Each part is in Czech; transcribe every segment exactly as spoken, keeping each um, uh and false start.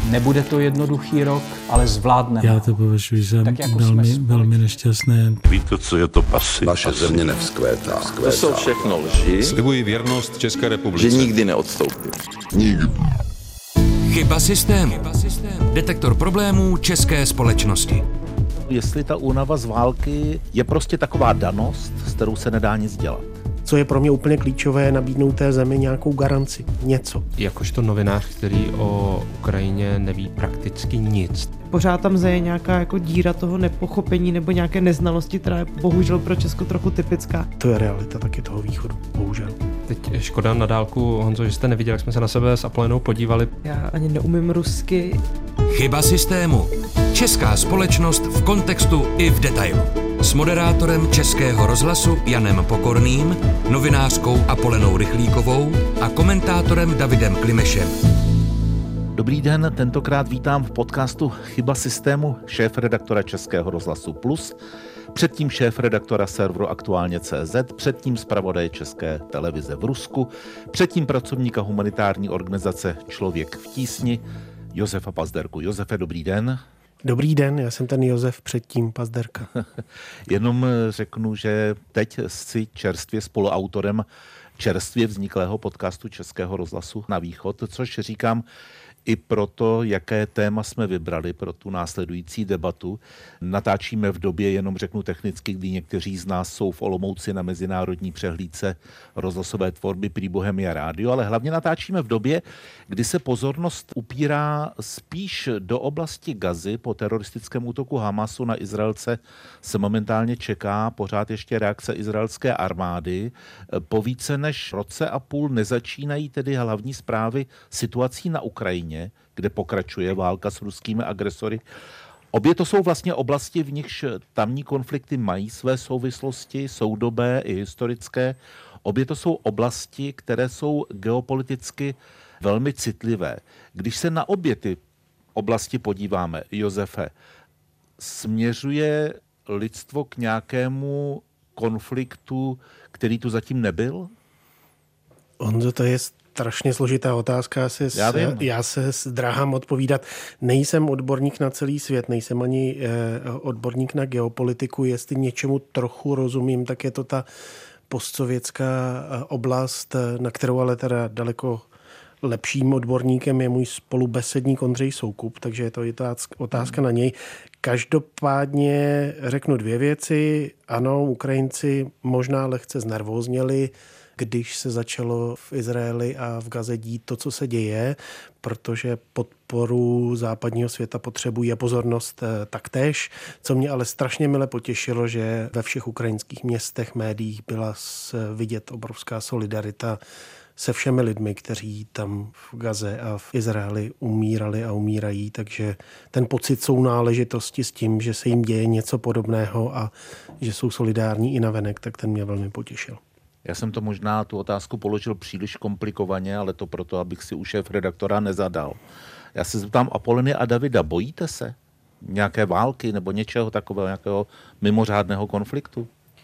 Nebude to jednoduchý rok, ale zvládneme. Já to považuji za jako velmi, velmi nešťastné. Víte, co je to pasy? Naše země nevzkvétá. To jsou všechno lži. Slibuji věrnost České republice. Že nikdy neodstoupím. Nikdy. Chyba systému. Detektor problémů české společnosti. Jestli ta únava z války je prostě taková danost, s kterou se nedá nic dělat. Co je pro mě úplně klíčové, je nabídnout té zemi nějakou garanci, něco. Jakožto novinář, který o Ukrajině neví prakticky nic. Pořád tam zaje nějaká jako díra toho nepochopení nebo nějaké neznalosti, která je bohužel pro Česko trochu typická. To je realita taky toho východu, bohužel. Teď je škoda na dálku, Honzo, že jste neviděl, jak jsme se na sebe s Apolenou podívali. Já ani neumím rusky. Chyba systému. Česká společnost v kontextu i v detailu. S moderátorem Českého rozhlasu Janem Pokorným, novinářkou Apolenou Rychlíkovou a komentátorem Davidem Klimešem. Dobrý den, tentokrát vítám v podcastu Chyba systému šéfredaktora Českého rozhlasu Plus, předtím šéfredaktora serveru Aktuálně tečka cé zet, předtím zpravodaje České televize v Rusku, předtím pracovníka humanitární organizace Člověk v tísni, Josefa Pazderku. Josefe, dobrý den. Dobrý den, já jsem ten Josef předtím Pazderka. Jenom řeknu, že teď jsi čerstvě spoluautorem čerstvě vzniklého podcastu Českého rozhlasu Na východ, což říkám i proto, jaké téma jsme vybrali pro tu následující debatu. Natáčíme v době, jenom řeknu technicky, kdy někteří z nás jsou v Olomouci na mezinárodní přehlídce rozhlasové tvorby Prý Bohemia Rádio, ale hlavně natáčíme v době, kdy se pozornost upírá spíš do oblasti Gazy. Po teroristickém útoku Hamasu na Izraelce se momentálně čeká pořád ještě reakce izraelské armády. Po více než roce a půl nezačínají tedy hlavní zprávy situací na Ukrajině, kde pokračuje válka s ruskými agresory. Obě to jsou vlastně oblasti, v nichž tamní konflikty mají své souvislosti, soudobé i historické. Obě to jsou oblasti, které jsou geopoliticky velmi citlivé. Když se na obě ty oblasti podíváme, Josefe, směřuje lidstvo k nějakému konfliktu, který tu zatím nebyl? Honzo, to je strašně složitá otázka. Já se, já, já se zdráhám odpovídat. Nejsem odborník na celý svět, nejsem ani eh, odborník na geopolitiku. Jestli něčemu trochu rozumím, tak je to ta postsovětská oblast, na kterou ale teda daleko lepším odborníkem je můj spolubesedník Ondřej Soukup, takže je to otázka na něj. Každopádně řeknu dvě věci. Ano, Ukrajinci možná lehce znervózněli, když se začalo v Izraeli a v Gaze dít to, co se děje, protože podporu západního světa potřebují a pozornost taktéž. Co mě ale strašně mile potěšilo, že ve všech ukrajinských městech, médiích byla vidět obrovská solidarita se všemi lidmi, kteří tam v Gaze a v Izraeli umírali a umírají, takže ten pocit sounáležitosti s tím, že se jim děje něco podobného a že jsou solidární i navenek, tak ten mě velmi potěšil. Já jsem to možná tu otázku položil příliš komplikovaně, ale to proto, abych si u šéfredaktora nezadal. Já se zeptám Apolony a Davida, bojíte se nějaké války nebo něčeho takového, nějakého mimořádného konfliktu?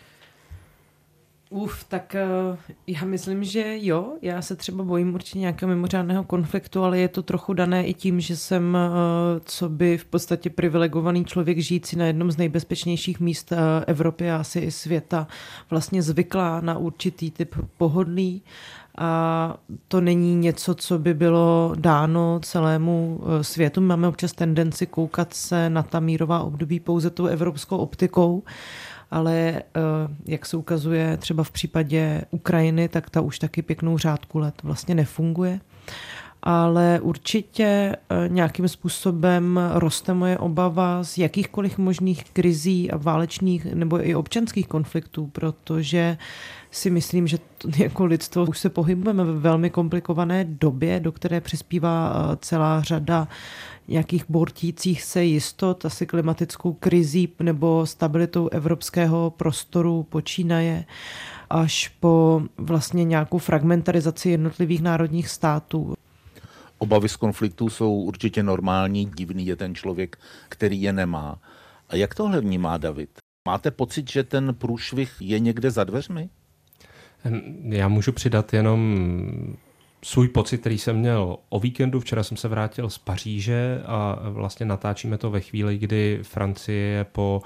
Uf, tak uh, já myslím, že jo. Já se třeba bojím určitě nějakého mimořádného konfliktu, ale je to trochu dané i tím, že jsem uh, co by v podstatě privilegovaný člověk žijící na jednom z nejbezpečnějších míst uh, Evropy a asi i světa vlastně zvyklá na určitý typ pohodlí. A to není něco, co by bylo dáno celému světu. Máme občas tendenci koukat se na ta mírová období pouze tou evropskou optikou, ale jak se ukazuje třeba v případě Ukrajiny, tak ta už taky pěknou řádku let vlastně nefunguje. Ale určitě nějakým způsobem roste moje obava z jakýchkoliv možných krizí a válečných nebo i občanských konfliktů, protože si myslím, že jako lidstvo už se pohybujeme ve velmi komplikované době, do které přispívá celá řada nějakých bortících se jistot, asi klimatickou krizí nebo stabilitou evropského prostoru počínaje až po vlastně nějakou fragmentarizaci jednotlivých národních států. Obavy z konfliktů jsou určitě normální, divný je ten člověk, který je nemá. A jak tohle vnímá David? Máte pocit, že ten průšvih je někde za dveřmi? Já můžu přidat jenom svůj pocit, který jsem měl o víkendu. Včera jsem se vrátil z Paříže a vlastně natáčíme to ve chvíli, kdy Francie je po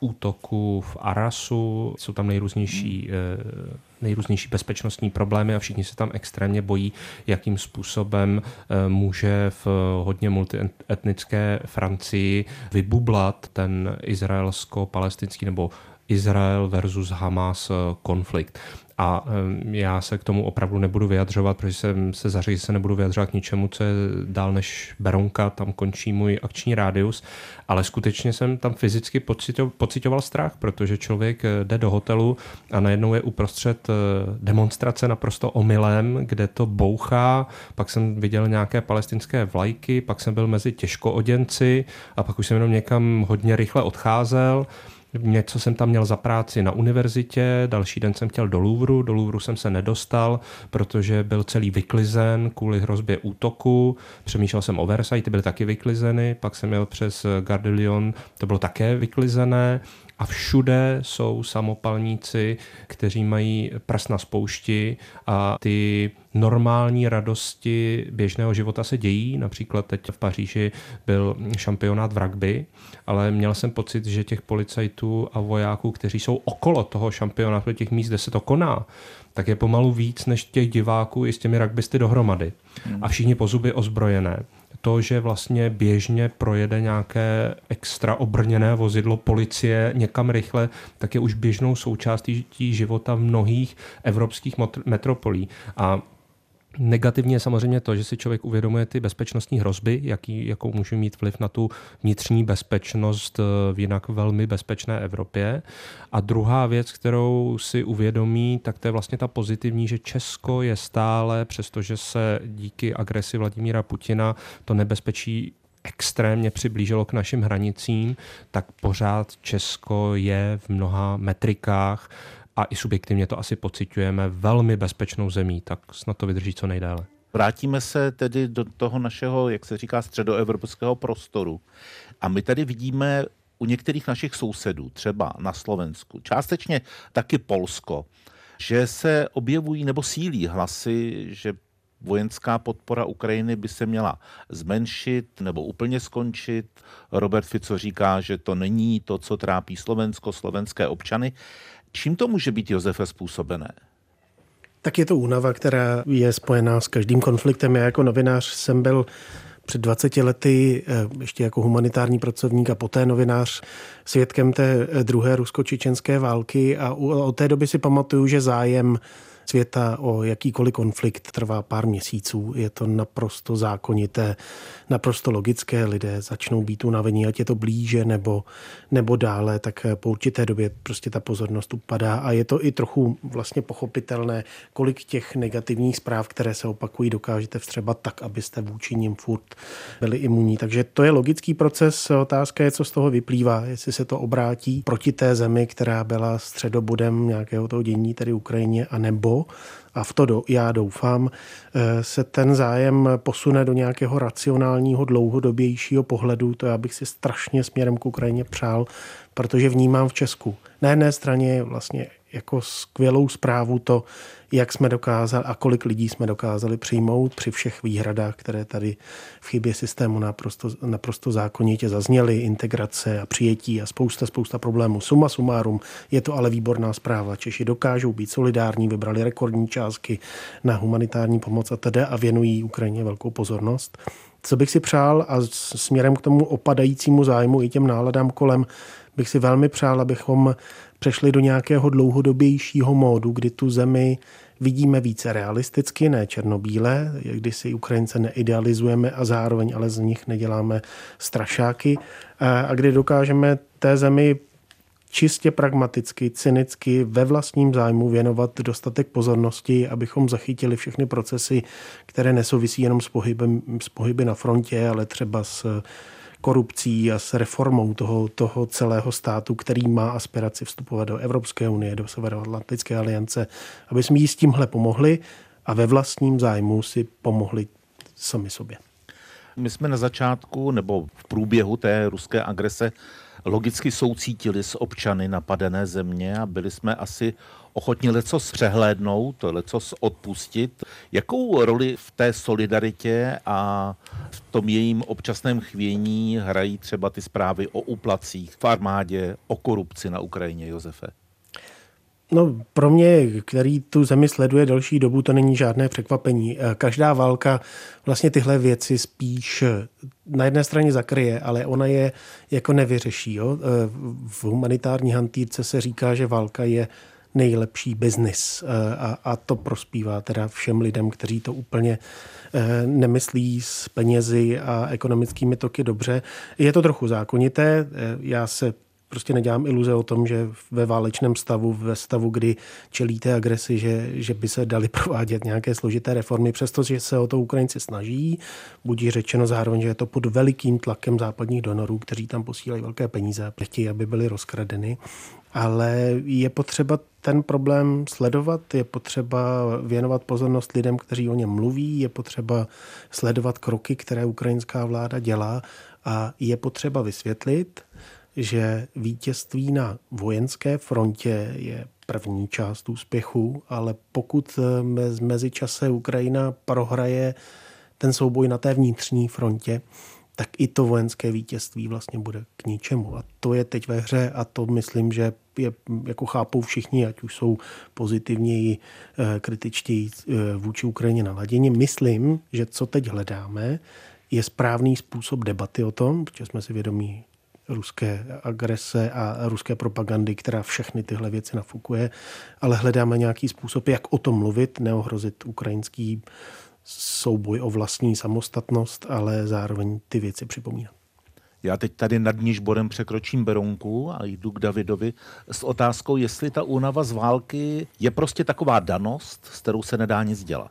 útoku v Arrasu, jsou tam nejrůznější, nejrůznější bezpečnostní problémy a všichni se tam extrémně bojí, jakým způsobem může v hodně multietnické Francii vybublat ten izraelsko-palestinský nebo Izrael versus Hamas konflikt. A já se k tomu opravdu nebudu vyjadřovat, protože jsem se zařekl, že se nebudu vyjadřovat k ničemu, co je dál než Berounka, tam končí můj akční rádius, ale skutečně jsem tam fyzicky pocitoval strach, protože člověk jde do hotelu a najednou je uprostřed demonstrace naprosto omylem, kde to bouchá, pak jsem viděl nějaké palestinské vlajky, pak jsem byl mezi těžkooděnci a pak už jsem jenom někam hodně rychle odcházel. Něco jsem tam měl za práci na univerzitě, další den jsem chtěl do Louvru, do Louvru jsem se nedostal, protože byl celý vyklizen kvůli hrozbě útoku, přemýšlel jsem o Versailles, ty byly taky vyklizeny, pak jsem jel přes Gare de Lyon, to bylo také vyklizené a všude jsou samopalníci, kteří mají prst na spoušti a ty normální radosti běžného života se dějí. Například teď v Paříži byl šampionát v rugby, ale měl jsem pocit, že těch policajtů a vojáků, kteří jsou okolo toho šampionátu, těch míst, kde se to koná, tak je pomalu víc než těch diváků i s těmi rugbysty dohromady. Hmm. A všichni po zuby ozbrojené. To, že vlastně běžně projede nějaké extra obrněné vozidlo policie někam rychle, tak je už běžnou součástí života v mnohých evropských metropolí. A negativně je samozřejmě to, že si člověk uvědomuje ty bezpečnostní hrozby, jaký, jakou může mít vliv na tu vnitřní bezpečnost v jinak velmi bezpečné Evropě. A druhá věc, kterou si uvědomí, tak to je vlastně ta pozitivní, že Česko je stále, přestože se díky agresi Vladimíra Putina to nebezpečí extrémně přiblížilo k našim hranicím, tak pořád Česko je v mnoha metrikách a i subjektivně to asi pociťujeme velmi bezpečnou zemí, tak snad to vydrží co nejdéle. Vrátíme se tedy do toho našeho, jak se říká, středoevropského prostoru. A my tady vidíme u některých našich sousedů, třeba na Slovensku, částečně taky Polsko, že se objevují nebo sílí hlasy, že vojenská podpora Ukrajiny by se měla zmenšit nebo úplně skončit. Robert Fico říká, že to není to, co trápí Slovensko, slovenské občany. Čím to může být, Josefe, způsobené? Tak je to únava, která je spojená s každým konfliktem. Já jako novinář jsem byl před dvaceti lety ještě jako humanitární pracovník a poté novinář svědkem té druhé rusko-čečenské války a od té doby si pamatuju, že zájem světa o jakýkoliv konflikt trvá pár měsíců. Je to naprosto zákonité, naprosto logické. Lidé začnou být unavení, ať je to blíže nebo, nebo dále, tak po určité době prostě ta pozornost upadá a je to i trochu vlastně pochopitelné, kolik těch negativních zpráv, které se opakují, dokážete vstřebat tak, abyste vůči nim furt byli imunní. Takže to je logický proces. Otázka je, co z toho vyplývá, jestli se to obrátí proti té zemi, která byla středobodem nějakého toho dění, tedy Ukrajině, anebo a v to do, já doufám, se ten zájem posune do nějakého racionálního, dlouhodobějšího pohledu. To já bych si strašně směrem k Ukrajině přál, protože vnímám v Česku na jedné straně vlastně jako skvělou zprávu to, jak jsme dokázali a kolik lidí jsme dokázali přijmout při všech výhradách, které tady v chybě systému naprosto, naprosto zákonitě zazněly, integrace a přijetí a spousta, spousta problémů. Suma sumárum, je to ale výborná zpráva. Češi dokážou být solidární, vybrali rekordní částky na humanitární pomoc a tedy a věnují Ukrajině velkou pozornost. Co bych si přál a směrem k tomu opadajícímu zájmu i těm náladám kolem bych si velmi přál, abychom přešli do nějakého dlouhodobějšího módu, kdy tu zemi vidíme více realisticky, ne černobílé, kdy si Ukrajince neidealizujeme a zároveň ale z nich neděláme strašáky a kdy dokážeme té zemi čistě pragmaticky, cynicky, ve vlastním zájmu věnovat dostatek pozornosti, abychom zachytili všechny procesy, které nesouvisí jenom s pohybem, s pohyby na frontě, ale třeba s korupcí a s reformou toho, toho celého státu, který má aspiraci vstupovat do Evropské unie, do Severoatlantické aliance, aby jsme jí s tímhle pomohli a ve vlastním zájmu si pomohli sami sobě. My jsme na začátku nebo v průběhu té ruské agrese logicky soucítili s občany napadené země a byli jsme asi ochotni lecos přehlédnout, lecos odpustit. Jakou roli v té solidaritě a v tom jejím občasném chvění hrají třeba ty zprávy o úplacích v armádě, o korupci na Ukrajině, Josefe? No, pro mě, který tu zemi sleduje delší dobu, to není žádné překvapení. Každá válka vlastně tyhle věci spíš na jedné straně zakryje, ale ona je jako nevyřeší. Jo? V humanitární hantýrce se říká, že válka je nejlepší biznis a, a to prospívá teda všem lidem, kteří to úplně nemyslí s penězi a ekonomickými toky dobře. Je to trochu zákonité, já se prostě nedělám iluze o tom, že ve válečném stavu, ve stavu, kdy čelíte agresi, že, že by se daly provádět nějaké složité reformy, přestože se o to Ukrajinci snaží. Budí řečeno zároveň, že je to pod velikým tlakem západních donorů, kteří tam posílají velké peníze, chtějí, aby byly rozkradeny. Ale je potřeba ten problém sledovat, je potřeba věnovat pozornost lidem, kteří o něm mluví, je potřeba sledovat kroky, které ukrajinská vláda dělá a je potřeba vysvětlit, že vítězství na vojenské frontě je první část úspěchu, ale pokud v mezičase Ukrajina prohraje ten souboj na té vnitřní frontě, tak i to vojenské vítězství vlastně bude k ničemu. A to je teď ve hře a to myslím, že je, jako chápou všichni, ať už jsou pozitivněji, kritičtěji vůči Ukrajině naladěni. Myslím, že co teď hledáme, je správný způsob debaty o tom, protože jsme si vědomí ruské agrese a ruské propagandy, která všechny tyhle věci nafukuje, ale hledáme nějaký způsob, jak o tom mluvit, neohrozit ukrajinský souboj o vlastní samostatnost, ale zároveň ty věci připomínat. Já teď tady nad Nižborem překročím Berounku a jdu k Davidovi s otázkou, jestli ta únava z války je prostě taková danost, s kterou se nedá nic dělat.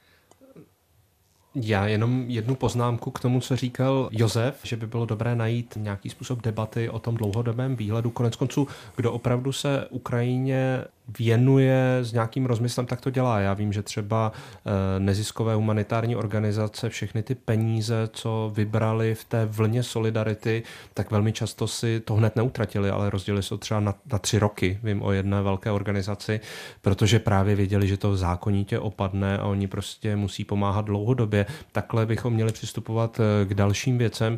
Já jenom jednu poznámku k tomu, co říkal Josef, že by bylo dobré najít nějaký způsob debaty o tom dlouhodobém výhledu. Koneckonců, kdo opravdu se Ukrajině věnuje s nějakým rozmyslem, tak to dělá. Já vím, že třeba neziskové humanitární organizace všechny ty peníze, co vybrali v té vlně solidarity, tak velmi často si to hned neutratili, ale rozdělili se to třeba na, na tři roky. Vím o jedné velké organizaci, protože právě věděli, že to zákonitě opadne a oni prostě musí pomáhat dlouhodobě. Takhle bychom měli přistupovat k dalším věcem,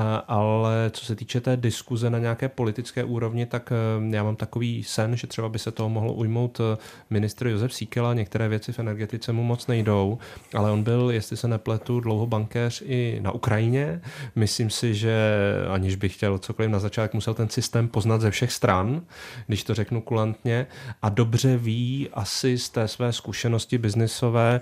ale co se týče té diskuze na nějaké politické úrovni, tak já mám takový sen, že třeba by se toho mohlo ujmout ministr Jozef Síkela. Některé věci v energetice mu moc nejdou, ale on byl, jestli se nepletu, dlouho bankéř i na Ukrajině. Myslím si, že aniž bych chtěl cokoliv na začátek, musel ten systém poznat ze všech stran, když to řeknu kulantně, a dobře ví asi z té své zkušenosti biznisové,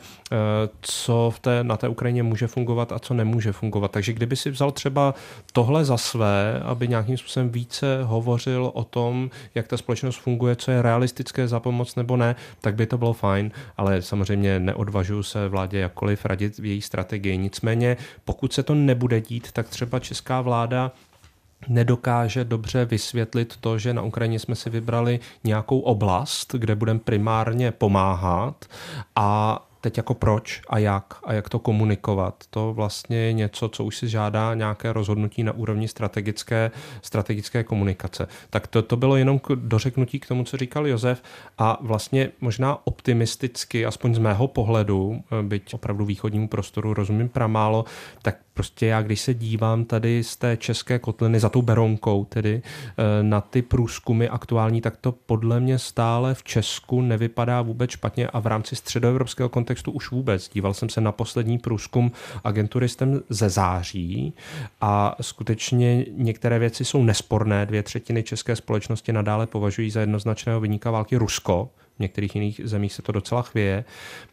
co v té, na té Ukrajině může fungovat a co nemůže fungovat. Takže kdyby si vzal třeba tohle za své, aby nějakým způsobem více hovořil o tom, jak ta společnost funguje, co je realistické za pomoc nebo ne, tak by to bylo fajn, ale samozřejmě neodvažuji se vládě jakkoliv radit v její strategii. Nicméně, pokud se to nebude dít, tak třeba česká vláda nedokáže dobře vysvětlit to, že na Ukrajině jsme si vybrali nějakou oblast, kde budeme primárně pomáhat a teď jako proč a jak a jak to komunikovat. To vlastně je něco, co už si žádá nějaké rozhodnutí na úrovni strategické, strategické komunikace. Tak to, to bylo jenom k dořeknutí k tomu, co říkal Josef a vlastně možná optimisticky, aspoň z mého pohledu, byť opravdu východnímu prostoru rozumím pramálo, tak prostě já, když se dívám tady z té české kotliny za tou Berounkou tedy na ty průzkumy aktuální, tak to podle mě stále v Česku nevypadá vůbec špatně a v rámci středoevropského kontextu už vůbec. Díval jsem se na poslední průzkum agentury STEM ze září a skutečně některé věci jsou nesporné. Dvě třetiny české společnosti nadále považují za jednoznačného viníka války Rusko. V některých jiných zemích se to docela chvěje.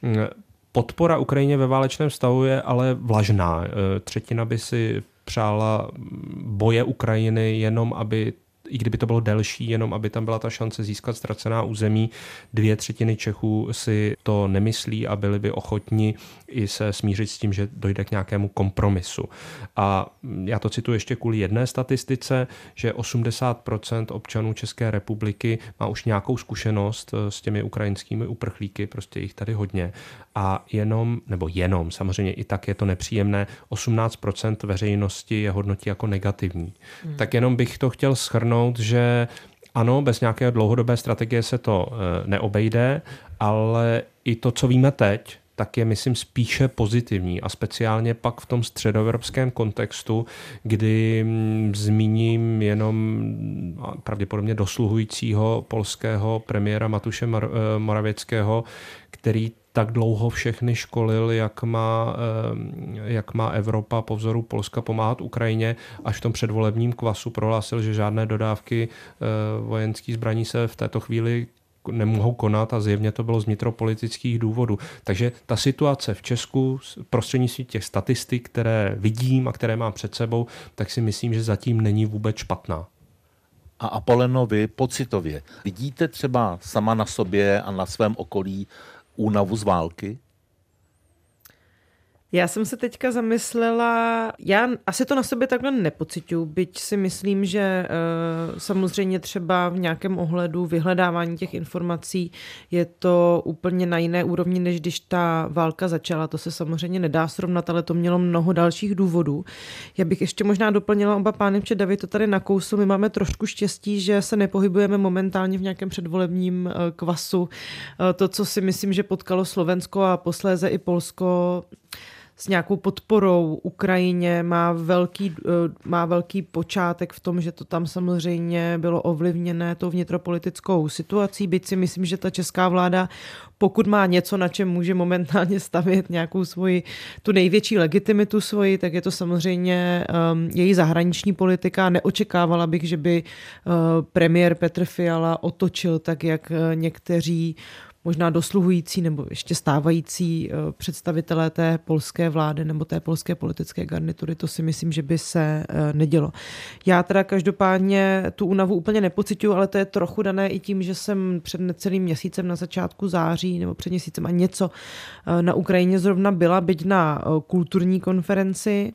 Podpora Ukrajině ve válečném stavu je ale vlažná. Třetina by si přála boje Ukrajiny jenom, aby i kdyby to bylo delší, jenom aby tam byla ta šance získat ztracená území. Dvě třetiny Čechů si to nemyslí a byli by ochotni i se smířit s tím, že dojde k nějakému kompromisu. A já to cituji ještě kvůli jedné statistice, že osmdesát procent občanů České republiky má už nějakou zkušenost s těmi ukrajinskými uprchlíky, prostě jich tady hodně. A jenom, nebo jenom, samozřejmě i tak je to nepříjemné, osmnáct procent veřejnosti je hodnotí jako negativní. Hmm. Tak jenom bych to chtěl shrnout, že ano, bez nějaké dlouhodobé strategie se to e, neobejde, ale i to, co víme teď, tak je, myslím, spíše pozitivní a speciálně pak v tom středoevropském kontextu, kdy m, zmíním jenom pravděpodobně dosluhujícího polského premiéra Matuše Mar- Moravěckého, který tak dlouho všechny školil, jak má, jak má Evropa po vzoru Polska pomáhat Ukrajině, až v tom předvolebním kvasu prohlásil, že žádné dodávky vojenských zbraní se v této chvíli nemohou konat a zjevně to bylo z vnitropolitických důvodů. Takže ta situace v Česku prostřednictvím těch statistik, které vidím a které mám před sebou, tak si myslím, že zatím není vůbec špatná. A Apoleno, vy pocitově vidíte třeba sama na sobě a na svém okolí únavu z války? Já jsem se teďka zamyslela, já asi to na sobě takhle nepociťuji, byť si myslím, že uh, samozřejmě třeba v nějakém ohledu vyhledávání těch informací je to úplně na jiné úrovni, než když ta válka začala. To se samozřejmě nedá srovnat, ale to mělo mnoho dalších důvodů. Já bych ještě možná doplnila oba pány, protože David to tady nakousl. My máme trošku štěstí, že se nepohybujeme momentálně v nějakém předvolebním uh, kvasu. Uh, to, co si myslím, že potkalo Slovensko a posléze i Polsko s nějakou podporou Ukrajině, má velký, má velký počátek v tom, že to tam samozřejmě bylo ovlivněné tou vnitropolitickou situací, byť si myslím, že ta česká vláda, pokud má něco, na čem může momentálně stavět nějakou svoji, tu největší legitimitu svoji, tak je to samozřejmě um, její zahraniční politika. Neočekávala bych, že by uh, premiér Petr Fiala otočil tak, jak uh, někteří možná dosluhující nebo ještě stávající představitelé té polské vlády nebo té polské politické garnitury, to si myslím, že by se nedělo. Já teda každopádně tu únavu úplně nepociťuji, ale to je trochu dané i tím, že jsem před necelým měsícem na začátku září nebo před měsícem a něco na Ukrajině zrovna byla, byť na kulturní konferenci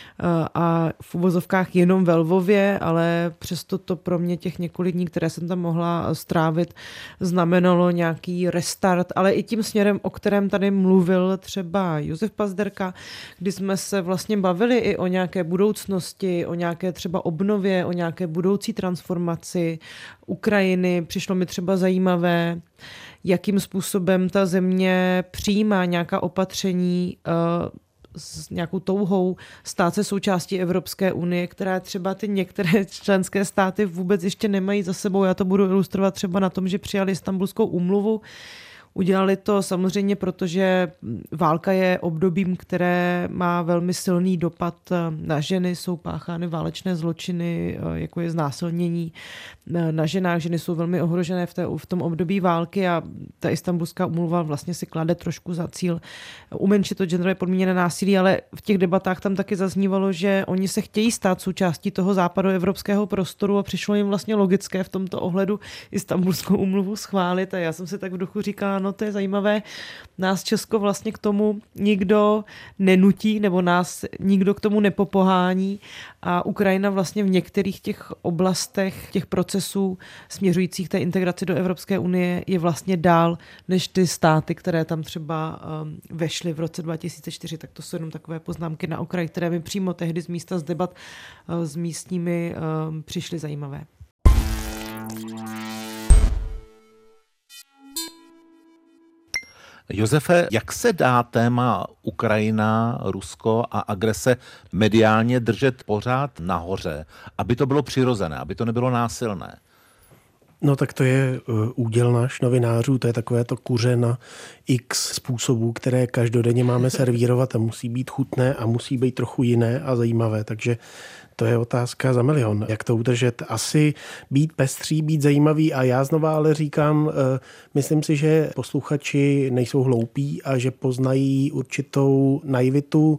a v uvozovkách jenom ve Lvově, ale přesto to pro mě těch několik dní, které jsem tam mohla strávit, znamenalo nějaký restart, ale i tím směrem, o kterém tady mluvil třeba Josef Pazderka, kdy jsme se vlastně bavili i o nějaké budoucnosti, o nějaké třeba obnově, o nějaké budoucí transformaci Ukrajiny. Přišlo mi třeba zajímavé, jakým způsobem ta země přijímá nějaká opatření s nějakou touhou stát se součástí Evropské unie, která třeba ty některé členské státy vůbec ještě nemají za sebou. Já to budu ilustrovat třeba na tom, že přijali Istanbulskou úmluvu. Udělali to samozřejmě, protože válka je obdobím, které má velmi silný dopad na ženy, jsou páchány válečné zločiny, jako je znásilnění na ženách. Ženy jsou velmi ohrožené v, té, v tom období války a ta Istanbulská úmluva vlastně si klade trošku za cíl umenšit to genderově podmíněné násilí, ale v těch debatách tam taky zaznívalo, že oni se chtějí stát součástí toho západoevropského prostoru a přišlo jim vlastně logické v tomto ohledu Istanbulskou úmluvu schválit a já jsem si tak v duchu říkala, no to je zajímavé, nás Česko vlastně k tomu nikdo nenutí, nebo nás nikdo k tomu nepopohání a Ukrajina vlastně v některých těch oblastech, těch procesů směřujících té integraci do Evropské unie je vlastně dál než ty státy, které tam třeba um, vešly v roce dva tisíce čtyři, tak to jsou jenom takové poznámky na okraj, které mi přímo tehdy z místa z debat uh, s místními um, přišly zajímavé. Josefe, jak se dá téma Ukrajina, Rusko a agrese mediálně držet pořád nahoře, aby to bylo přirozené, aby to nebylo násilné? No tak to je úděl náš novinářů, to je takové to kuře na x způsobů, které každodenně máme servírovat a musí být chutné a musí být trochu jiné a zajímavé, takže to je otázka za milion. Jak to udržet? Asi být pestří, být zajímavý a já znova ale říkám, myslím si, že posluchači nejsou hloupí a že poznají určitou naivitu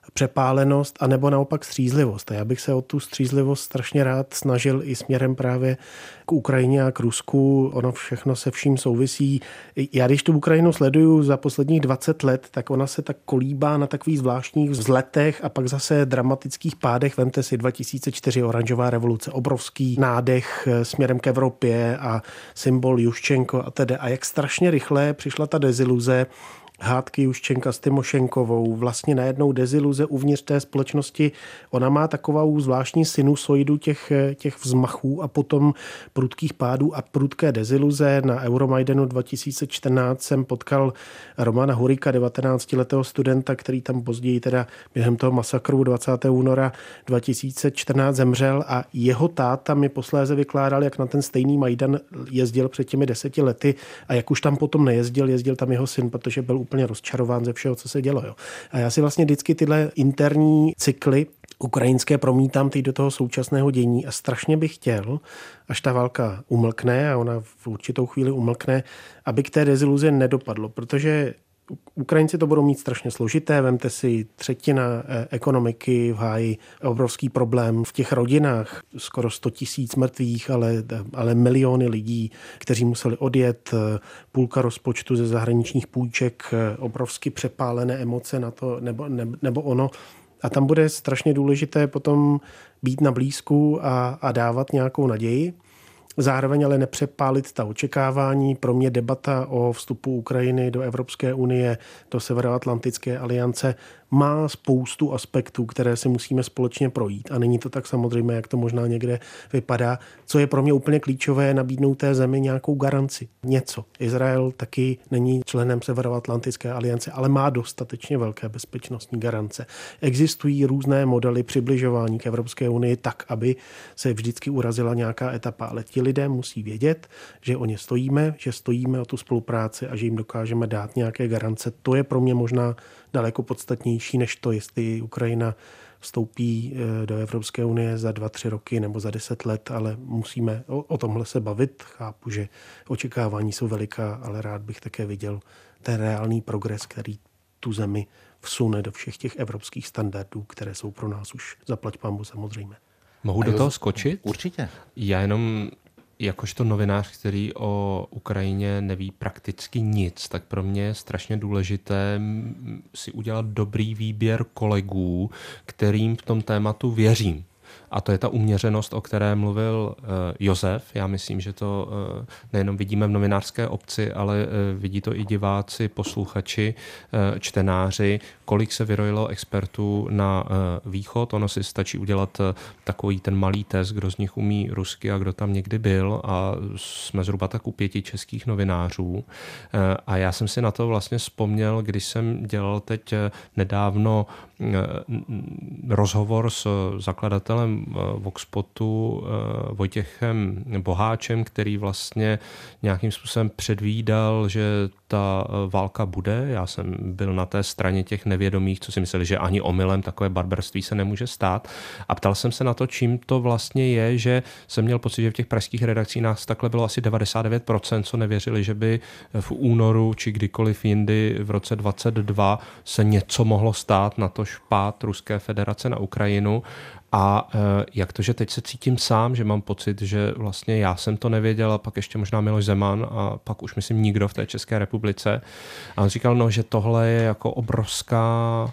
přepálenost, anebo naopak střízlivost. A já bych se o tu střízlivost strašně rád snažil i směrem právě k Ukrajině a k Rusku. Ono všechno se vším souvisí. Já když tu Ukrajinu sleduju za posledních dvacet let, tak ona se tak kolíbá na takových zvláštních vzletech a pak zase dramatických pádech. Vemte si dva tisíce čtyři oranžová revoluce, obrovský nádech směrem k Evropě a symbol Juščenko a tedy. A jak strašně rychle přišla ta deziluze, hádky Juščenka s Tymošenkovou, vlastně najednou deziluze uvnitř té společnosti. Ona má takovou zvláštní sinusoidu těch, těch vzmachů a potom prudkých pádů a prudké deziluze. Na Euromajdanu dva tisíce čtrnáct jsem potkal Romana Hurika, devatenáctiletého studenta, který tam později teda během toho masakru dvacátého února dva tisíce čtrnáct zemřel a jeho táta mi posléze vykládal, jak na ten stejný Majdan jezdil před těmi deseti lety a jak už tam potom nejezdil, jezdil tam jeho syn, protože byl úplně rozčarován ze všeho, co se dělo. Jo. A já si vlastně vždycky tyhle interní cykly ukrajinské promítám teď do toho současného dění a strašně bych chtěl, až ta válka umlkne a ona v určitou chvíli umlkne, aby k té deziluzi nedopadlo, protože Ukrajinci to budou mít strašně složité, vemte si třetina ekonomiky v háji, obrovský problém v těch rodinách, skoro sto tisíc mrtvých, ale, ale miliony lidí, kteří museli odjet, půlka rozpočtu ze zahraničních půjček, obrovsky přepálené emoce na to nebo, ne, nebo ono. A tam bude strašně důležité potom být na blízku a, a dávat nějakou naději. Zároveň ale nepřepálit ta očekávání. Pro mě debata o vstupu Ukrajiny do Evropské unie, do Severoatlantické aliance má spoustu aspektů, které si musíme společně projít. A není to tak samozřejmě, jak to možná někde vypadá. Co je pro mě úplně klíčové, je nabídnout té zemi nějakou garanci. Něco. Izrael taky není členem Severoatlantické aliance, ale má dostatečně velké bezpečnostní garance. Existují různé modely přibližování k Evropské unii tak, aby se vždycky urazila nějaká etapa. Ale ti lidé musí vědět, že o ně stojíme, že stojíme o tu spolupráci a že jim dokážeme dát nějaké garance. To je pro mě možná daleko podstatnější než to, jestli Ukrajina vstoupí do Evropské unie za dva, tři roky nebo za deset let, ale musíme o, o tomhle se bavit. Chápu, že očekávání jsou veliká, ale rád bych také viděl ten reálný progres, který tu zemi vsune do všech těch evropských standardů, které jsou pro nás už zaplať pambu samozřejmě. Mohu do toho skočit? Určitě. Já jenom jakožto novinář, který o Ukrajině neví prakticky nic, tak pro mě je strašně důležité si udělat dobrý výběr kolegů, kterým v tom tématu věřím. A to je ta uměřenost, o které mluvil uh, Josef. Já myslím, že to uh, nejenom vidíme v novinářské obci, ale uh, vidí to i diváci, posluchači, uh, čtenáři, kolik se vyrojilo expertů na uh, východ. Ono si stačí udělat uh, takový ten malý test, kdo z nich umí rusky a kdo tam někdy byl a jsme zhruba tak u pěti českých novinářů. Uh, a já jsem si na to vlastně vzpomněl, když jsem dělal teď uh, nedávno uh, rozhovor s zakladatelem Voxpotu Vojtěchem Boháčem, který vlastně nějakým způsobem předvídal, že ta válka bude. Já jsem byl na té straně těch nevědomých, co si mysleli, že ani omylem takové barbarství se nemůže stát. A ptal jsem se na to, čím to vlastně je, že jsem měl pocit, že v těch pražských redakcích nás takhle bylo asi devadesát devět procent, co nevěřili, že by v únoru či kdykoliv jindy v roce dvacet dva se něco mohlo stát, na to špát Ruské federace na Ukrajinu. A jak to, že teď se cítím sám, že mám pocit, že vlastně já jsem to nevěděl a pak ještě možná Miloš Zeman a pak už myslím nikdo v té České republice. A on říkal, no, že tohle je jako obrovská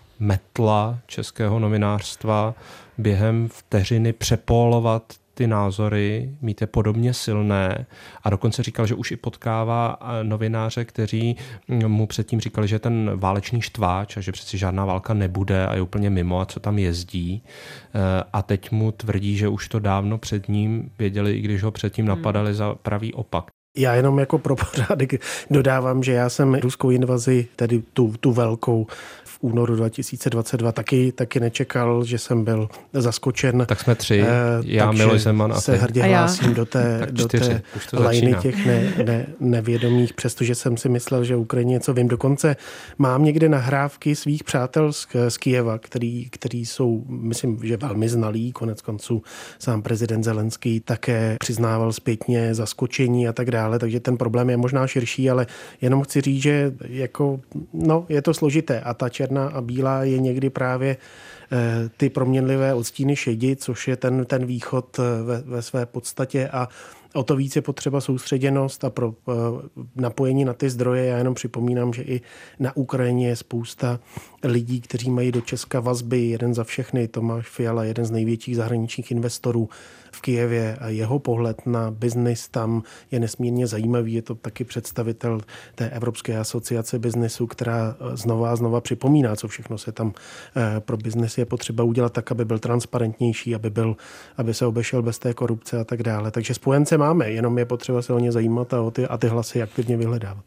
metla českého novinářstva během vteřiny přepólovat ty názory, mít je podobně silné a dokonce říkal, že už i potkává novináře, kteří mu předtím říkali, že je ten válečný štváč a že přeci žádná válka nebude a je úplně mimo a co tam jezdí. A teď mu tvrdí, že už to dávno před ním věděli, i když ho předtím napadali za pravý opak. Já jenom jako pro pořádek dodávám, že já jsem ruskou invazi, tedy tu, tu velkou, v únoru dva tisíce dvacet dva taky, taky nečekal, že jsem byl zaskočen. Tak jsme tři, já, Miloš Zeman a se hrdě hlásím do té, do té lajny těch ne, ne, nevědomých, přestože jsem si myslel, že Ukrajině něco vím. Dokonce mám někde nahrávky svých přátel z, z Kyjeva, který, který jsou, myslím, že velmi znalí, konec konců sám prezident Zelenský také přiznával zpětně zaskočení a tak dále. dále, takže ten problém je možná širší, ale jenom chci říct, že jako, no, je to složité a ta černá a bílá je někdy právě ty proměnlivé odstíny šedi, což je ten, ten východ ve, ve své podstatě a o to víc je potřeba soustředěnost a pro napojení na ty zdroje. Já jenom připomínám, že i na Ukrajině je spousta lidí, kteří mají do Česka vazby. Jeden za všechny, Tomáš Fiala, jeden z největších zahraničních investorů v Kyjevě a jeho pohled na biznis tam je nesmírně zajímavý. Je to taky představitel té Evropské asociace biznisu, která znova a znova připomíná, co všechno se tam pro biznis je potřeba udělat tak, aby byl transparentnější, aby, byl, aby se obešel bez té korupce a tak dále. Takže spojence máme, jenom je potřeba se o ně zajímat a, o ty, a ty hlasy aktivně vyhledávat.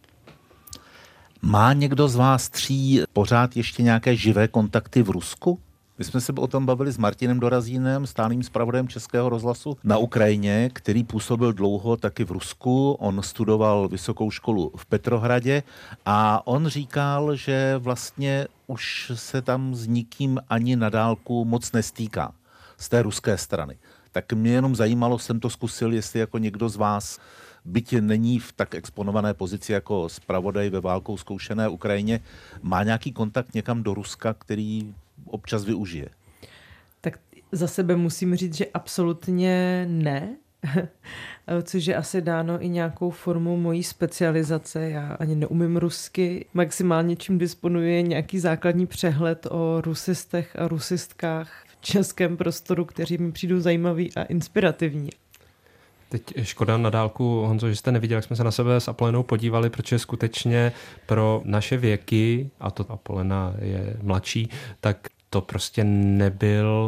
Má někdo z vás tří pořád ještě nějaké živé kontakty v Rusku? My jsme se o tom bavili s Martinem Dorazínem, stálým zpravodajem Českého rozhlasu na Ukrajině, který působil dlouho taky v Rusku. On studoval vysokou školu v Petrohradě a on říkal, že vlastně už se tam s nikým ani na dálku moc nestýká z té ruské strany. Tak mě jenom zajímalo, jsem to zkusil, jestli jako někdo z vás, byť není v tak exponované pozici jako zpravodaj ve válkou zkoušené Ukrajině, má nějaký kontakt někam do Ruska, který občas využije? Tak za sebe musím říct, že absolutně ne, což je asi dáno i nějakou formou mojí specializace. Já ani neumím rusky, maximálně čím disponuje nějaký základní přehled o rusistech a rusistkách v českém prostoru, kteří mi přijdou zajímaví a inspirativní. Teď škoda na dálku, Honzo, že jste neviděl, jak jsme se na sebe s Apolenou podívali, protože skutečně pro naše věky, a to Apolena je mladší, tak to prostě nebyl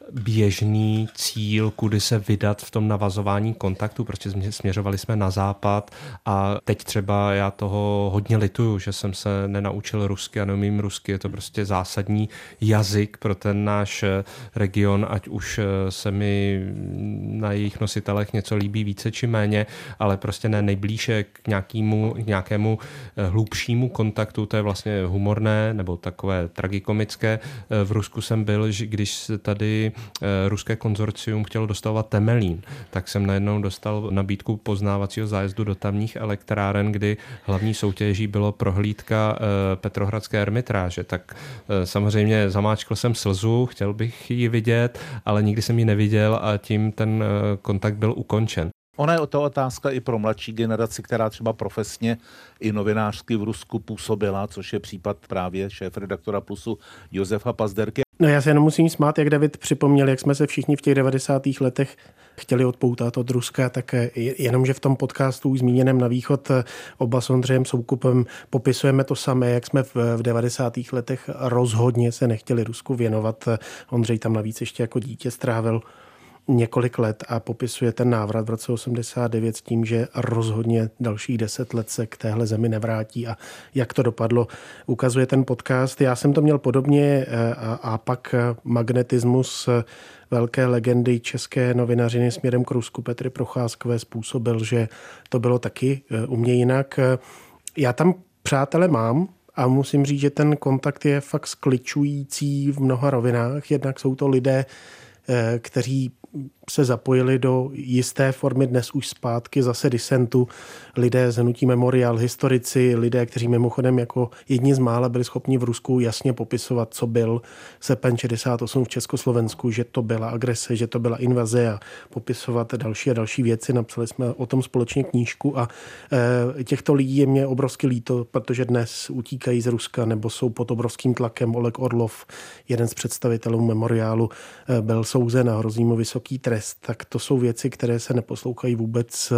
běžný cíl, kudy se vydat v tom navazování kontaktu, prostě směřovali jsme na západ a teď třeba já toho hodně lituju, že jsem se nenaučil rusky a neumím rusky, je to prostě zásadní jazyk pro ten náš region, ať už se mi na jejich nositelech něco líbí více či méně, ale prostě ne nejblíže k nějakému, k nějakému hlubšímu kontaktu, to je vlastně humorné nebo takové tragikomické. V Rusku jsem byl, když tady ruské konzorcium chtělo dostavovat Temelín, tak jsem najednou dostal nabídku poznávacího zájezdu do tamních elektráren, kdy hlavní soutěží bylo prohlídka Petrohradské ermitráže. Tak samozřejmě zamáčkl jsem slzu, chtěl bych ji vidět, ale nikdy jsem ji neviděl a tím ten kontakt byl ukončen. Ona je to otázka i pro mladší generaci, která třeba profesně i novinářsky v Rusku působila, což je případ právě šéfredaktora Plusu Josefa Pazderky. No já se jenom musím smát, jak David připomněl, jak jsme se všichni v těch devadesátých letech chtěli odpoutat od Ruska, tak jenomže v tom podcastu už zmíněném Na východ oba s Ondřejem Soukupem popisujeme to samé, jak jsme v devadesátých letech rozhodně se nechtěli Rusku věnovat. Ondřej tam navíc ještě jako dítě strávil několik let a popisuje ten návrat v roce osmdesát devět s tím, že rozhodně dalších deset let se k téhle zemi nevrátí a jak to dopadlo, ukazuje ten podcast. Já jsem to měl podobně a, a pak magnetismus velké legendy české novinařiny směrem k Rusku Petry Procházkové způsobil, že to bylo taky u mě jinak. Já tam přátele mám, a musím říct, že ten kontakt je fakt skličující v mnoha rovinách. Jednak jsou to lidé, kteří se zapojili do jisté formy dnes už zpátky zase disentu. Lidé z hnutí Memorial, historici, lidé, kteří mimochodem jako jedni z mála byli schopni v Rusku jasně popisovat, co byl srpen šedesát osm v Československu, že to byla agrese, že to byla invaze a popisovat další a další věci. Napsali jsme o tom společně knížku a e, těchto lidí je mě obrovsky líto, protože dnes utíkají z Ruska nebo jsou pod obrovským tlakem. Oleg Orlov, jeden z představitelů Memoriálu, e, byl souzen a hrozí mu vysoký trest. Tak to jsou věci, které se neposlouchají vůbec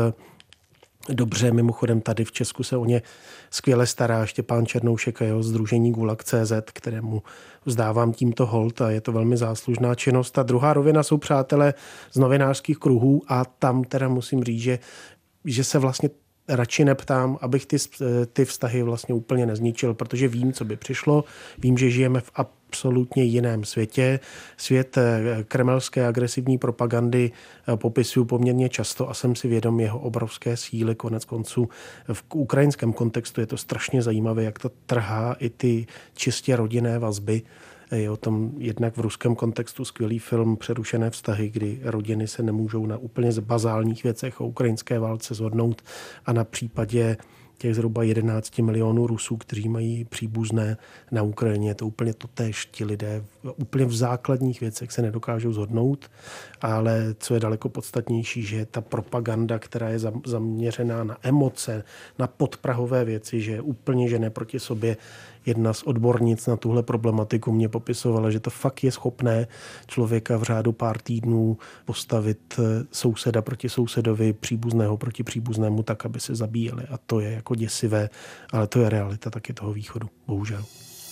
dobře. Mimochodem tady v Česku se o ně skvěle stará Štěpán Černoušek a jeho sdružení Gulag tečka cé zet, kterému vzdávám tímto hold a je to velmi záslužná činnost. A druhá rovina jsou přátelé z novinářských kruhů a tam teda musím říct, že, že se vlastně radši neptám, abych ty, ty vztahy vlastně úplně nezničil, protože vím, co by přišlo, vím, že žijeme v absolutně jiném světě. Svět kremelské agresivní propagandy popisuju poměrně často a jsem si vědom jeho obrovské síly. Konec konců v ukrajinském kontextu je to strašně zajímavé, jak to trhá i ty čistě rodinné vazby. Je o tom jednak v ruském kontextu skvělý film Přerušené vztahy, kdy rodiny se nemůžou na úplně bazálních věcech o ukrajinské válce shodnout a na případě těch zhruba jedenáct milionů Rusů, kteří mají příbuzné na Ukrajině. Je to úplně totéž. Ti lidé úplně v základních věcech se nedokážou shodnout, ale co je daleko podstatnější, že ta propaganda, která je zaměřená na emoce, na podprahové věci, že je úplně žene proti sobě. Jedna z odbornic na tuhle problematiku mě popisovala, že to fakt je schopné člověka v řádu pár týdnů postavit souseda proti sousedovi, příbuzného proti příbuznému tak, aby se zabíjeli. A to je jako děsivé, ale to je realita taky toho východu, bohužel.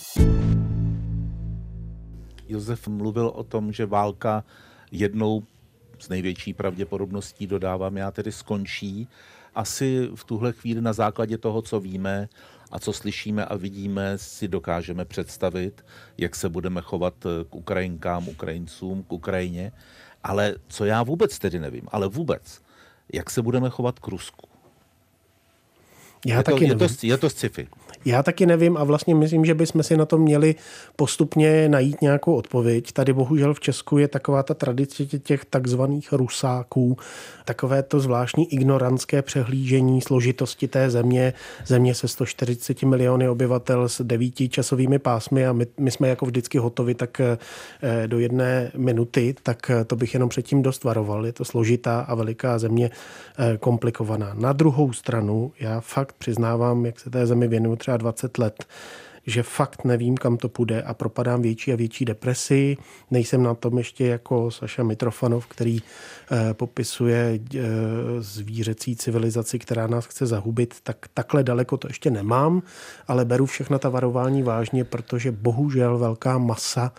Josef mluvil o tom, že válka jednou s největší pravděpodobností, dodávám já, tedy skončí. Asi v tuhle chvíli na základě toho, co víme a co slyšíme a vidíme, si dokážeme představit, jak se budeme chovat k Ukrajinkám, Ukrajincům, k Ukrajině. Ale co já vůbec tedy nevím, ale vůbec, jak se budeme chovat k Rusku. Já je, taky to, je, nevím. to, je to sci-fi. Já taky nevím a vlastně myslím, že bychom si na to měli postupně najít nějakou odpověď. Tady bohužel v Česku je taková ta tradice těch takzvaných rusáků, takové to zvláštní ignorantské přehlížení složitosti té země, země se sto čtyřiceti miliony obyvatel s devíti časovými pásmy a my, my jsme jako vždycky hotovi tak do jedné minuty, tak to bych jenom předtím dost varoval. Je to složitá a veliká země, komplikovaná. Na druhou stranu, já fakt přiznávám, jak se té zemi věnuju třeba dvacet let, že fakt nevím, kam to půjde a propadám větší a větší depresi. Nejsem na tom ještě jako Saša Mitrofanov, který eh, popisuje eh, zvířecí civilizaci, která nás chce zahubit, tak takhle daleko to ještě nemám, ale beru všechna ta varování vážně, protože bohužel velká masa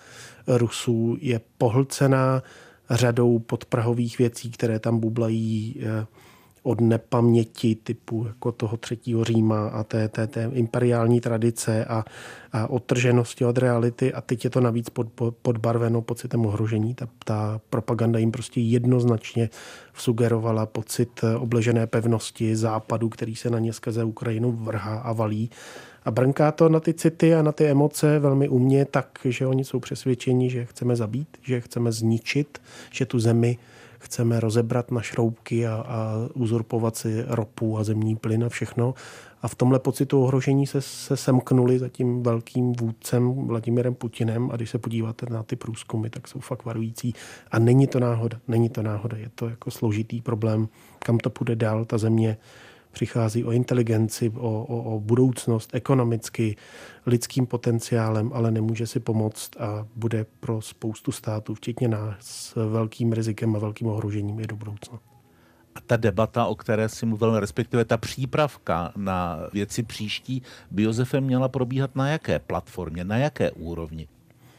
Rusů je pohlcená řadou podprahových věcí, které tam bublají eh, od nepaměti typu jako toho třetího Říma a té, té, té imperiální tradice a, a odtrženosti od reality a teď je to navíc pod, pod, podbarveno pocitem ohrožení. Ta, ta propaganda jim prostě jednoznačně sugerovala pocit obležené pevnosti západu, který se na ně skrze Ukrajinu vrhá a valí. A brnká to na ty city a na ty emoce velmi umně tak, že oni jsou přesvědčeni, že chceme zabít, že chceme zničit, že tu zemi chceme rozebrat na šroubky a, a uzurpovat si ropu a zemní plyn a všechno. A v tomhle pocitu ohrožení se, se semknuli za tím velkým vůdcem Vladimirem Putinem a když se podíváte na ty průzkumy, tak jsou fakt varující. A není to náhoda, není to náhoda, je to jako složitý problém, kam to půjde dál, ta země přichází o inteligenci, o, o, o budoucnost, ekonomicky, lidským potenciálem, ale nemůže si pomoct a bude pro spoustu států, včetně nás, s velkým rizikem a velkým ohrožením i do budoucna. A ta debata, o které si mluvil, respektive ta přípravka na věci příští, by Josefem měla probíhat na jaké platformě, na jaké úrovni?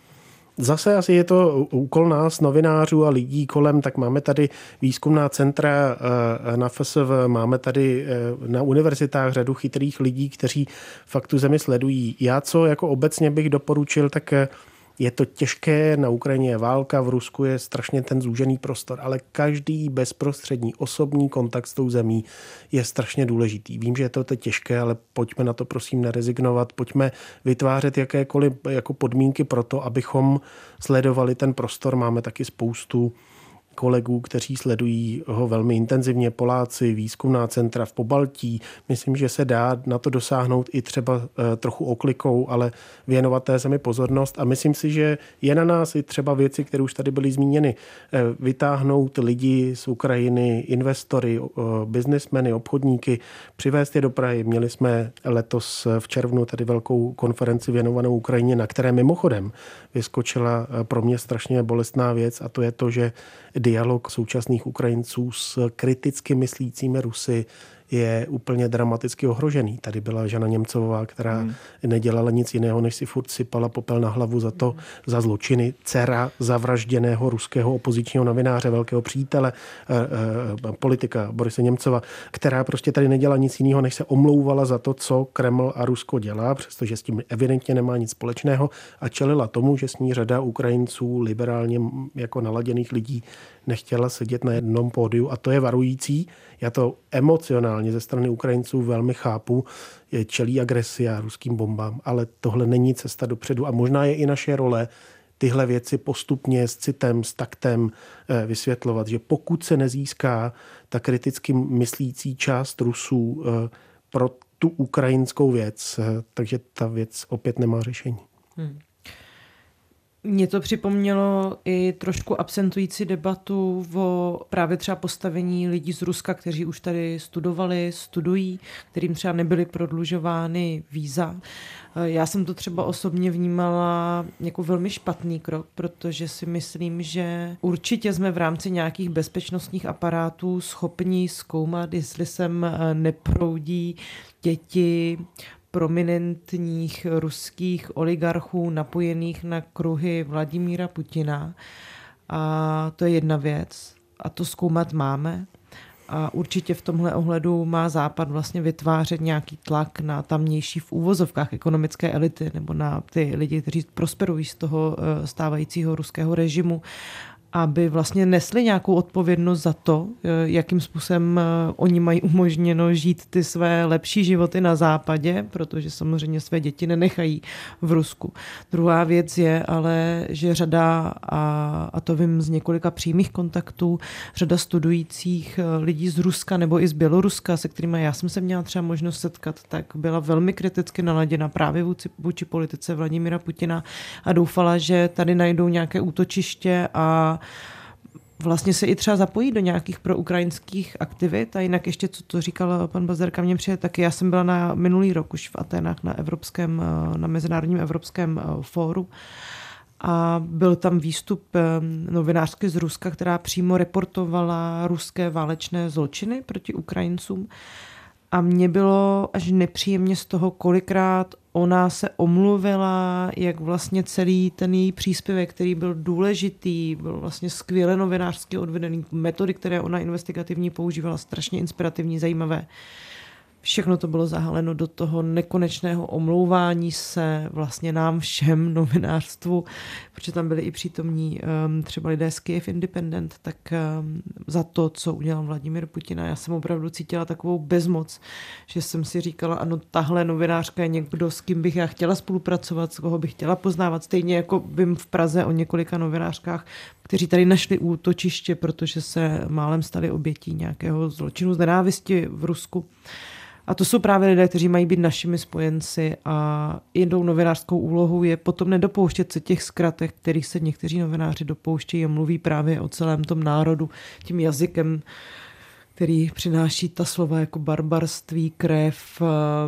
Zase asi je to úkol nás, novinářů a lidí kolem, tak máme tady výzkumná centra na F S V, máme tady na univerzitách řadu chytrých lidí, kteří fakt tu zemi sledují. Já co jako obecně bych doporučil, tak je to těžké, na Ukrajině je válka, v Rusku je strašně ten zúžený prostor, ale každý bezprostřední osobní kontakt s tou zemí je strašně důležitý. Vím, že je to těžké, ale pojďme na to prosím nerezignovat, pojďme vytvářet jakékoliv jako podmínky pro to, abychom sledovali ten prostor. Máme taky spoustu kolegů, kteří sledují ho velmi intenzivně, Poláci, výzkumná centra v Pobaltí. Myslím, že se dá na to dosáhnout i třeba trochu oklikou, ale věnovat té zemi pozornost. A myslím si, že je na nás i třeba věci, které už tady byly zmíněny, vytáhnout lidi z Ukrajiny, investory, biznismeny, obchodníky, přivést je do Prahy. Měli jsme letos v červnu tady velkou konferenci věnovanou Ukrajině, na které mimochodem vyskočila pro mě strašně bolestná věc a to je to, že dialog současných Ukrajinců s kriticky myslícími Rusy je úplně dramaticky ohrožený. Tady byla Žana Němcová, která hmm. nedělala nic jiného, než si furt sypala popel na hlavu za to, hmm. za zločiny. Dcera zavražděného ruského opozičního novináře, velkého přítele, eh, eh, politika Borise Němcova, která prostě tady nedělala nic jiného, než se omlouvala za to, co Kreml a Rusko dělá, přestože s tím evidentně nemá nic společného a čelila tomu, že s ní řada Ukrajinců liberálně jako naladěných lidí nechtěla sedět na jednom pódiu a to je varující. Já to emocionálně emocionálně ze strany Ukrajinců velmi chápu, je čelí agresi a ruským bombám, ale tohle není cesta dopředu a možná je i naše role tyhle věci postupně s citem, s taktem vysvětlovat, že pokud se nezíská ta kriticky myslící část Rusů pro tu ukrajinskou věc, takže ta věc opět nemá řešení. Hmm. Mně to připomnělo i trošku absentující debatu o právě třeba postavení lidí z Ruska, kteří už tady studovali, studují, kterým třeba nebyly prodlužovány víza. Já jsem to třeba osobně vnímala jako velmi špatný krok, protože si myslím, že určitě jsme v rámci nějakých bezpečnostních aparátů schopni zkoumat, jestli sem neproudí děti prominentních ruských oligarchů napojených na kruhy Vladimíra Putina. A to je jedna věc. A to zkoumat máme. A určitě v tomhle ohledu má Západ vlastně vytvářet nějaký tlak na tamnější v úvozovkách ekonomické elity nebo na ty lidi, kteří prosperují z toho stávajícího ruského režimu, aby vlastně nesli nějakou odpovědnost za to, jakým způsobem oni mají umožněno žít ty své lepší životy na západě, protože samozřejmě své děti nenechají v Rusku. Druhá věc je ale, že řada, a, a to vím z několika přímých kontaktů, řada studujících lidí z Ruska nebo i z Běloruska, se kterými já jsem se měla třeba možnost setkat, tak byla velmi kriticky naladěna právě vůči, vůči politice Vladimíra Putina a doufala, že tady najdou nějaké útočiště a vlastně se i třeba zapojí do nějakých proukrajinských aktivit. A jinak ještě, co to říkal pan Bazerka, mě přijde taky. Já jsem byla na minulý rok už v Aténách na evropském, na Mezinárodním evropském fóru a byl tam výstup novinářky z Ruska, která přímo reportovala ruské válečné zločiny proti Ukrajincům. A mně bylo až nepříjemně z toho, kolikrát ona se omluvila, jak vlastně celý ten její příspěvek, který byl důležitý, byl vlastně skvěle novinářsky odvedený, metody, které ona investigativní používala, strašně inspirativní, zajímavé. Všechno to bylo zahaleno do toho nekonečného omlouvání se vlastně nám všem novinářstvu, protože tam byli i přítomní um, třeba lidé z Kyiv Independent, tak um, za to, co udělal Vladimír Putin. A já jsem opravdu cítila takovou bezmoc, že jsem si říkala, ano, tahle novinářka je někdo, s kým bych já chtěla spolupracovat, s koho bych chtěla poznávat. Stejně jako vím v Praze o několika novinářkách, kteří tady našli útočiště, protože se málem stali obětí nějakého zločinu z nenávisti v Rusku. A to jsou právě lidé, kteří mají být našimi spojenci a jednou novinářskou úlohou je potom nedopouštět se těch zkratek, kterých se někteří novináři dopouštějí a mluví právě o celém tom národu tím jazykem, který přináší ta slova jako barbarství, krev,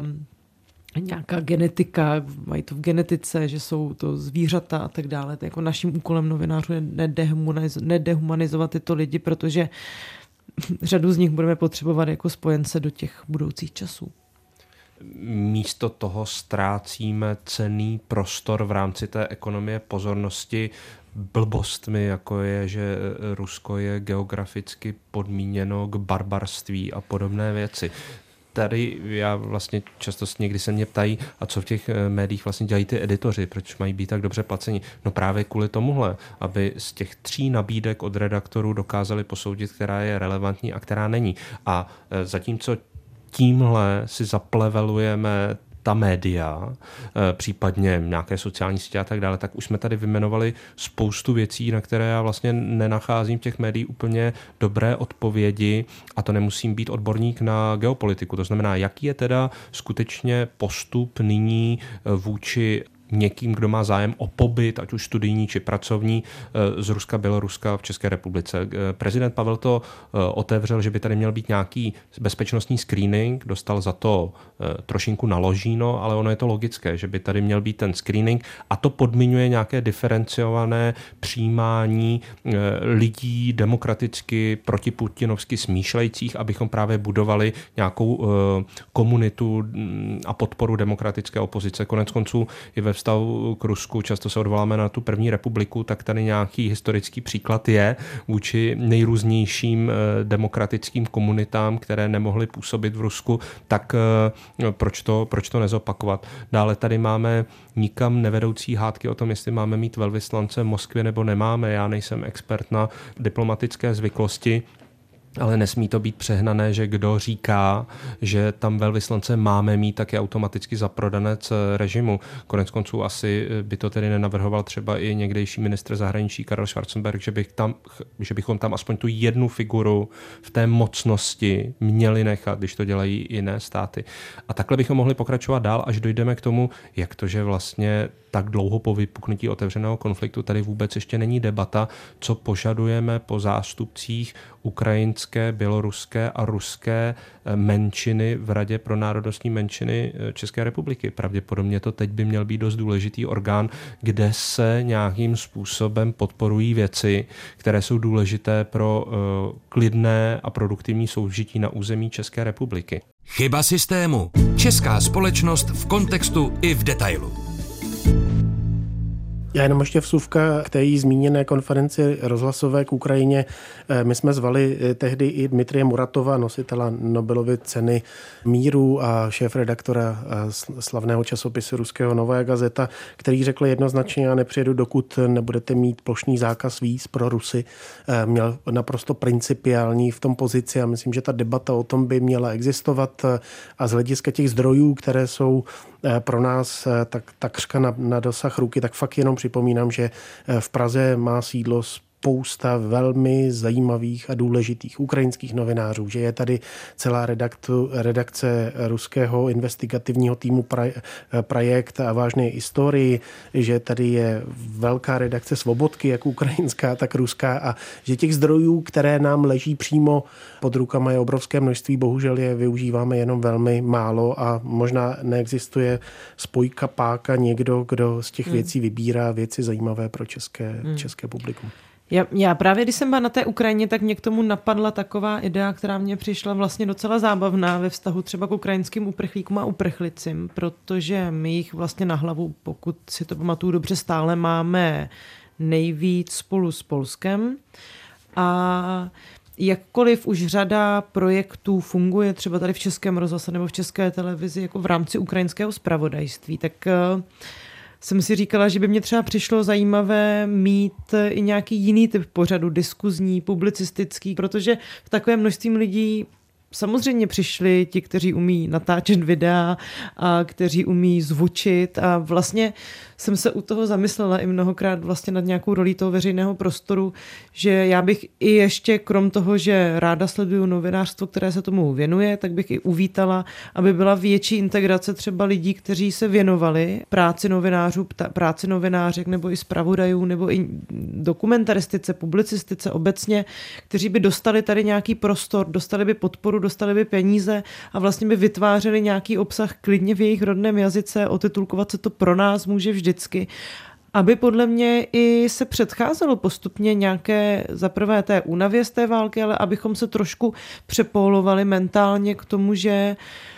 nějaká genetika, mají to v genetice, že jsou to zvířata a tak dále. Tak jako naším úkolem novinářů je nedehumanizovat tyto lidi, protože řadu z nich budeme potřebovat jako spojence do těch budoucích časů. Místo toho ztrácíme cenný prostor v rámci té ekonomie pozornosti blbostmi, jako je, že Rusko je geograficky podmíněno k barbarství a podobné věci. Tady já vlastně často někdy se mě ptají, a co v těch médiích vlastně dělají ty editoři, proč mají být tak dobře placeni. No právě kvůli tomuhle, aby z těch tří nabídek od redaktorů dokázali posoudit, která je relevantní a která není. A zatímco tímhle si zaplevelujeme ta média, případně nějaké sociální sítě a tak dále, tak už jsme tady vyjmenovali spoustu věcí, na které já vlastně nenacházím v těch médiích úplně dobré odpovědi, a to nemusím být odborník na geopolitiku. To znamená, jaký je teda skutečně postup nyní vůči někým, kdo má zájem o pobyt, ať už studijní či pracovní, z Ruska, Běloruska v České republice. Prezident Pavel to otevřel, že by tady měl být nějaký bezpečnostní screening, dostal za to trošinku naložíno, ale ono je to logické, že by tady měl být ten screening a to podmiňuje nějaké diferenciované přijímání lidí demokraticky protiputinovsky smýšlejících, abychom právě budovali nějakou komunitu a podporu demokratické opozice. Konec konců i ve vztahu k Rusku, často se odvoláme na tu první republiku, tak tady nějaký historický příklad je vůči nejrůznějším demokratickým komunitám, které nemohly působit v Rusku, tak proč to, proč to nezopakovat. Dále tady máme nikam nevedoucí hádky o tom, jestli máme mít velvyslance v Moskvě nebo nemáme. Já nejsem expert na diplomatické zvyklosti, ale nesmí to být přehnané, že kdo říká, že tam velvyslance máme mít, tak je automaticky zaprodanec režimu. Konec konců asi by to tedy nenavrhoval třeba i někdejší ministr zahraničí Karel Schwarzenberg, že, bych tam, že bychom tam aspoň tu jednu figuru v té mocnosti měli nechat, když to dělají jiné státy. A takhle bychom mohli pokračovat dál, až dojdeme k tomu, jak to, že vlastně tak dlouho po vypuknutí otevřeného konfliktu tady vůbec ještě není debata, co požadujeme po zástupcích ukrajinské, běloruské a ruské menšiny v Radě pro národnostní menšiny České republiky. Pravděpodobně to teď by měl být dost důležitý orgán, kde se nějakým způsobem podporují věci, které jsou důležité pro uh, klidné a produktivní soužití na území České republiky. Chyba systému. Česká společnost v kontextu i v detailu. Já jenom ještě vsuvka k té jí zmíněné konferenci rozhlasové k Ukrajině. My jsme zvali tehdy i Dmitrije Muratova, nositela Nobelovy ceny míru a šéfredaktora slavného časopisu ruského Nová gazeta, který řekl jednoznačně: já nepřijedu, dokud nebudete mít plošný zákaz víz pro Rusy. Měl naprosto principiální v tom pozici a myslím, že ta debata o tom by měla existovat a z hlediska těch zdrojů, které jsou pro nás tak, takřka na, na dosah ruky, tak fakt jenom připomínám, že v Praze má sídlo spousta velmi zajímavých a důležitých ukrajinských novinářů, že je tady celá redaktu, redakce ruského investigativního týmu Projekt a vážné historii, že tady je velká redakce Svobodky, jak ukrajinská, tak ruská, a že těch zdrojů, které nám leží přímo pod rukama, je obrovské množství, bohužel je využíváme jenom velmi málo a možná neexistuje spojka páka, někdo, kdo z těch hmm. věcí vybírá věci zajímavé pro české, hmm. české publikum. Já, já právě, když jsem byla na té Ukrajině, tak mě k tomu napadla taková idea, která mě přišla vlastně docela zábavná ve vztahu třeba k ukrajinským uprchlíkům a uprchlicím, protože my jich vlastně na hlavu, pokud si to pamatuju dobře, stále máme nejvíc spolu s Polskem. A jakkoliv už řada projektů funguje třeba tady v Českém rozhlase nebo v České televizi jako v rámci ukrajinského zpravodajství, tak jsem si říkala, že by mě třeba přišlo zajímavé mít i nějaký jiný typ pořadu, diskuzní, publicistický, protože v takovém množství lidí samozřejmě přišli ti, kteří umí natáčet videa a kteří umí zvučit, a vlastně jsem se u toho zamyslela i mnohokrát vlastně nad nějakou rolí toho veřejného prostoru, že já bych i ještě krom toho, že ráda sleduju novinářstvo, které se tomu věnuje, tak bych i uvítala, aby byla větší integrace třeba lidí, kteří se věnovali práci novinářů, práci novinářek nebo i zpravodajů nebo i dokumentaristice, publicistice obecně, kteří by dostali tady nějaký prostor, dostali by podporu, dostali by peníze a vlastně by vytvářeli nějaký obsah klidně v jejich rodném jazyce, otitulkovat se to pro nás může vždycky, aby podle mě i se předcházelo postupně nějaké zaprvé té únavě z té války, ale abychom se trošku přepólovali mentálně k tomu, že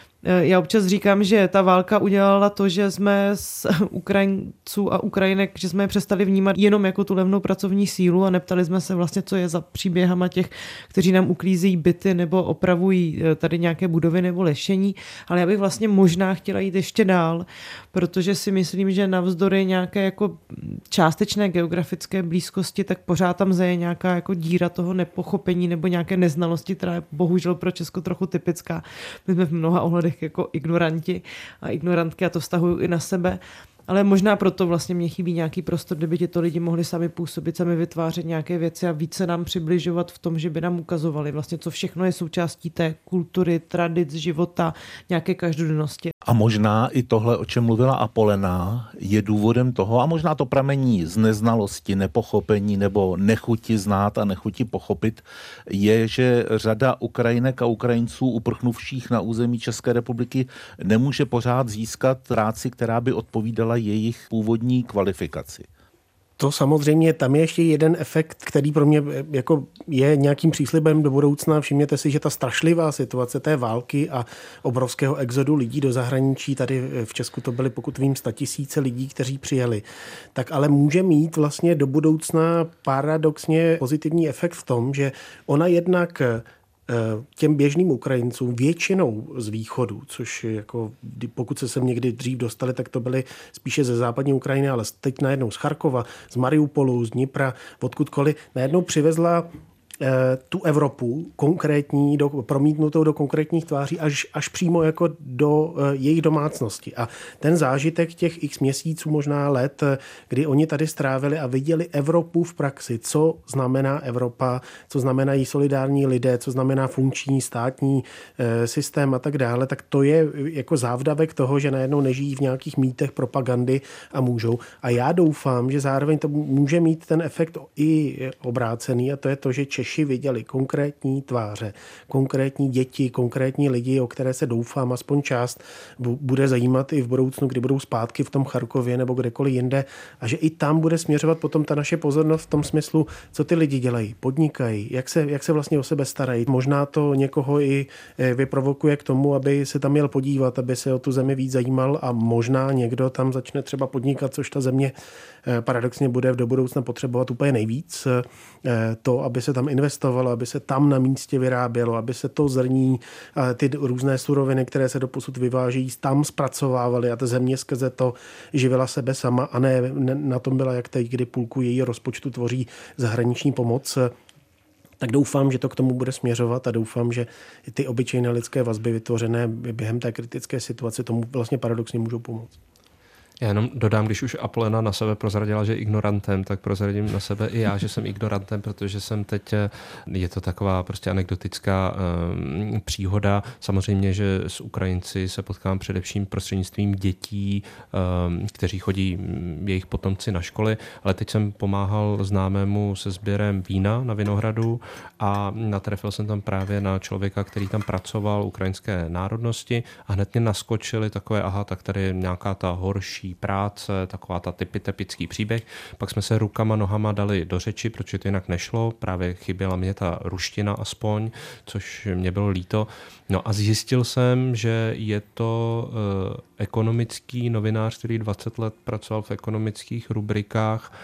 já občas říkám, že ta válka udělala to, že jsme z Ukrajinců a Ukrajinek, že jsme je přestali vnímat jenom jako tu levnou pracovní sílu a neptali jsme se vlastně, co je za příběhama těch, kteří nám uklízejí byty nebo opravují tady nějaké budovy nebo lešení, ale já bych vlastně možná chtěla jít ještě dál, protože si myslím, že navzdory nějaké jako částečné geografické blízkosti, tak pořád tam zeje nějaká jako díra toho nepochopení nebo nějaké neznalosti, která je bohužel pro Česko trochu typická. My jsme v mnoha ohledech jako ignoranti a ignorantky, a to vztahuju i na sebe. Ale možná proto vlastně mě chybí nějaký prostor, kde by těto lidi mohli sami působit, sami vytvářet nějaké věci a více nám přibližovat v tom, že by nám ukazovali vlastně, co všechno je součástí té kultury, tradic, života, nějaké každodennosti. A možná i tohle, o čem mluvila Apolena, je důvodem toho, a možná to pramení z neznalosti, nepochopení nebo nechuti znát a nechuti pochopit, je, že řada Ukrajinek a Ukrajinců uprchnuvších na území České republiky nemůže pořád získat práci, která by odpovídala jejich původní kvalifikaci. To samozřejmě, tam je ještě jeden efekt, který pro mě jako je nějakým příslibem do budoucna. Všimněte si, že ta strašlivá situace té války a obrovského exodu lidí do zahraničí, tady v Česku to byly, pokud vím, statisíce lidí, kteří přijeli, tak ale může mít vlastně do budoucna paradoxně pozitivní efekt v tom, že ona jednak těm běžným Ukrajincům většinou z východu, což jako pokud se sem někdy dřív dostali, tak to byly spíše ze západní Ukrajiny, ale teď najednou z Charkova, z Mariupolu, z Dnipra, odkudkoliv, najednou přivezla tu Evropu konkrétní, do, promítnutou do konkrétních tváří až, až přímo jako do jejich domácnosti. A ten zážitek těch x měsíců, možná let, kdy oni tady strávili a viděli Evropu v praxi, co znamená Evropa, co znamenají solidární lidé, co znamená funkční státní systém a tak dále, tak to je jako závdavek toho, že najednou nežijí v nějakých mýtech propagandy a můžou. A já doufám, že zároveň to může mít ten efekt i obrácený, a to je to, že Češi viděli konkrétní tváře, konkrétní děti, konkrétní lidi, o které se doufám aspoň část bude zajímat i v budoucnu, kdy budou zpátky v tom Charkově nebo kdekoliv jinde, a že i tam bude směřovat potom ta naše pozornost v tom smyslu, co ty lidi dělají, podnikají, jak se, jak se vlastně o sebe starají. Možná to někoho i vyprovokuje k tomu, aby se tam měl podívat, aby se o tu zemi víc zajímal, a možná někdo tam začne třeba podnikat, což ta země paradoxně bude do budoucna potřebovat úplně nejvíc. To, aby se tam investovalo, aby se tam na místě vyrábělo, aby se to zrní, ty různé suroviny, které se doposud vyvážejí, tam zpracovávaly a ta země skrze to živila sebe sama, a ne, ne na tom byla jak teď, kdy půlku její rozpočtu tvoří zahraniční pomoc. Tak doufám, že to k tomu bude směřovat, a doufám, že ty obyčejné lidské vazby vytvořené během té kritické situace tomu vlastně paradoxně můžou pomoct. Já jenom dodám, když už Apolena na sebe prozradila, že je ignorantem, tak prozradím na sebe i já, že jsem ignorantem, protože jsem teď, je to taková prostě anekdotická um, příhoda. Samozřejmě, že s Ukrajinci se potkám především prostřednictvím dětí, um, kteří chodí jejich potomci na školy, ale teď jsem pomáhal známému se sběrem vína na Vinohradu a natrefil jsem tam právě na člověka, který tam pracoval, ukrajinské národnosti, a hned mě naskočili takové, aha, tak tady je nějaká ta horší práce, taková ta typy, typický příběh. Pak jsme se rukama, nohama dali do řeči, protože to jinak nešlo. Právě chyběla mě ta ruština aspoň, což mě bylo líto. No a zjistil jsem, že je to uh, ekonomický novinář, který dvacet let pracoval v ekonomických rubrikách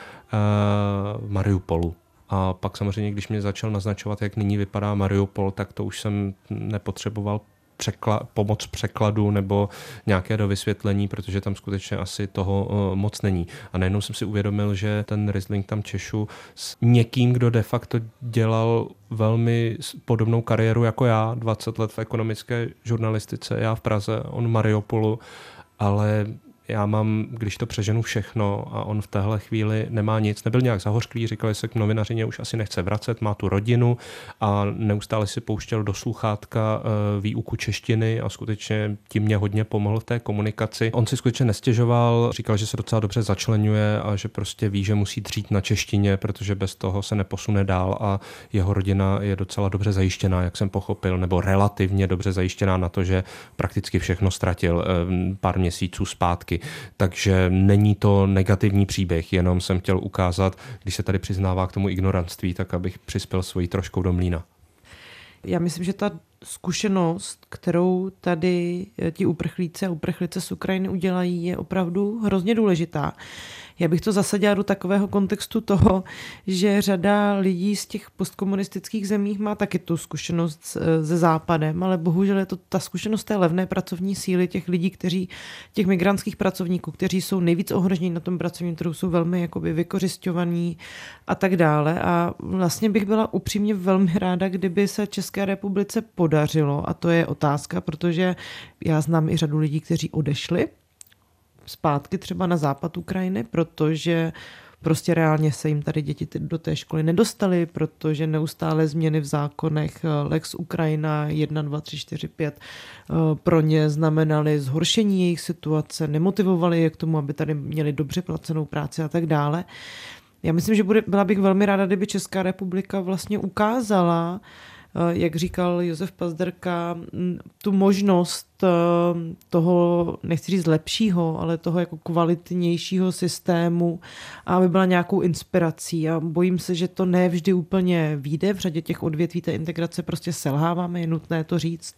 uh, v Mariupolu. A pak samozřejmě, když mě začal naznačovat, jak nyní vypadá Mariupol, tak to už jsem nepotřeboval Překla- pomoc překladu nebo nějaké dovysvětlení, protože tam skutečně asi toho uh, moc není. A najednou jsem si uvědomil, že ten Riesling tam Češu s někým, kdo de facto dělal velmi podobnou kariéru jako já, dvacet let v ekonomické žurnalistice, já v Praze, on v Mariupolu, ale já mám, když to přeženu všechno, a on v téhle chvíli nemá nic, nebyl nějak zahořklý, říkali se, k novinařině už asi nechce vracet, má tu rodinu a neustále si pouštěl do sluchátka výuku češtiny a skutečně tím mě hodně pomohl v té komunikaci. On si skutečně nestěžoval, říkal, že se docela dobře začleňuje a že prostě ví, že musí dřít na češtině, protože bez toho se neposune dál, a jeho rodina je docela dobře zajištěná, jak jsem pochopil, nebo relativně dobře zajištěná na to, že prakticky všechno ztratil pár měsíců zpátky. Takže není to negativní příběh, jenom jsem chtěl ukázat, když se tady přiznává k tomu ignorantství, tak abych přispěl svojí troškou do mlýna. Já myslím, že ta zkušenost, kterou tady ti uprchlíci a uprchlice z Ukrajiny udělají, je opravdu hrozně důležitá. Já bych to zasadila do takového kontextu toho, že řada lidí z těch postkomunistických zemích má taky tu zkušenost se Západem, ale bohužel je to ta zkušenost té levné pracovní síly těch lidí, kteří, těch migrantských pracovníků, kteří jsou nejvíc ohroženi na tom pracovním trhu, jsou velmi jakoby vykořisťovaní a tak dále. A vlastně bych byla upřímně velmi ráda, kdyby se České republice podařilo, a to je otázka, protože já znám i řadu lidí, kteří odešli zpátky třeba na západ Ukrajiny, protože prostě reálně se jim tady děti do té školy nedostaly, protože neustále změny v zákonech Lex Ukrajina jedna, dva, tři, čtyři, pět pro ně znamenaly zhoršení jejich situace, nemotivovaly je k tomu, aby tady měli dobře placenou práci a tak dále. Já myslím, že bude, byla bych velmi ráda, kdyby Česká republika vlastně ukázala, jak říkal Josef Pazderka, tu možnost toho, nechci říct lepšího, ale toho jako kvalitnějšího systému, a aby byla nějakou inspirací. A bojím se, že to ne vždy úplně vyjde. V řadě těch odvětví té integrace prostě selháváme, je nutné to říct.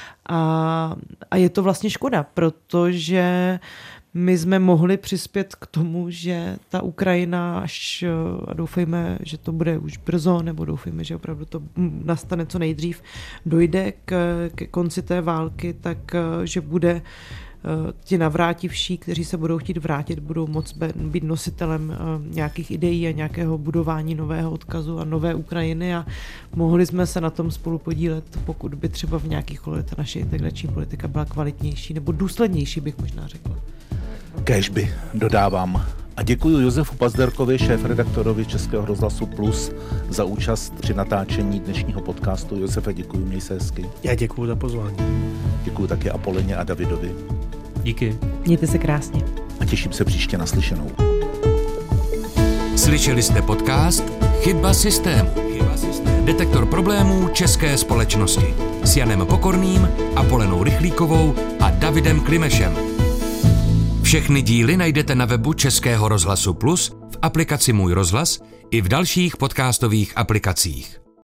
A, a je to vlastně škoda, protože my jsme mohli přispět k tomu, že ta Ukrajina, až, a doufejme, že to bude už brzo, nebo doufejme, že opravdu to nastane co nejdřív, dojde k, k konci té války, tak že bude ti navrátivší, kteří se budou chtít vrátit, budou moct být nositelem nějakých ideí a nějakého budování nového odkazu a nové Ukrajiny a mohli jsme se na tom spolu podílet, pokud by třeba v nějakých ohledech ta naše integrační politika byla kvalitnější nebo důslednější, bych možná řekla. Kéž by, dodávám. A děkuji Josefu Pazderkovi, šéfredaktorovi Českého rozhlasu Plus, za účast při natáčení dnešního podcastu. Josefe, děkuji, měj se hezky. Já děkuji za pozvání. Děkuji také Apoleně a Davidovi. Díky. Mějte se krásně. A těším se příště na slyšenou. Slyšeli jste podcast Chyba systému. Detektor problémů české společnosti s Janem Pokorným, Apolenou Rychlíkovou a Davidem Klimešem. Všechny díly najdete na webu Českého rozhlasu Plus, v aplikaci Můj rozhlas i v dalších podcastových aplikacích.